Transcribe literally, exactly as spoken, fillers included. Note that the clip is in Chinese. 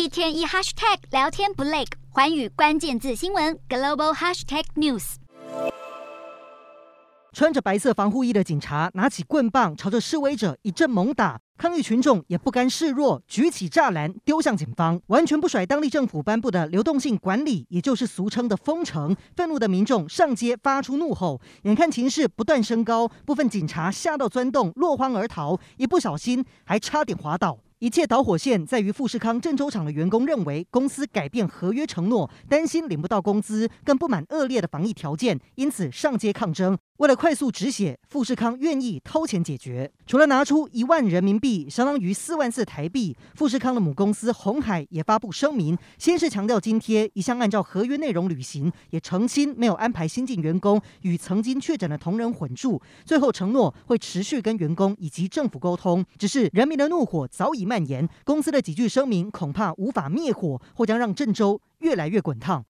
一天一 hashtag 聊天不累，寰宇关键字新闻 global hashtag news。 穿着白色防护衣的警察拿起棍棒，朝着示威者一阵猛打。抗议群众也不甘示弱，举起栅栏丢向警方，完全不甩当地政府颁布的流动性管理，也就是俗称的封城。愤怒的民众上街发出怒吼，眼看情势不断升高，部分警察吓到钻洞，落荒而逃，一不小心还差点滑倒。一切导火线在于富士康郑州厂的员工认为公司改变合约承诺，担心领不到工资，更不满恶劣的防疫条件，因此上街抗争。为了快速止血，富士康愿意掏钱解决。除了拿出一万人民币，相当于四万四台币，富士康的母公司鸿海也发布声明，先是强调津贴一向按照合约内容履行，也澄清没有安排新进员工与曾经确诊的同仁混住。最后承诺会持续跟员工以及政府沟通，只是人民的怒火早已蔓延，公司的几句声明恐怕无法灭火，或将让郑州越来越滚烫。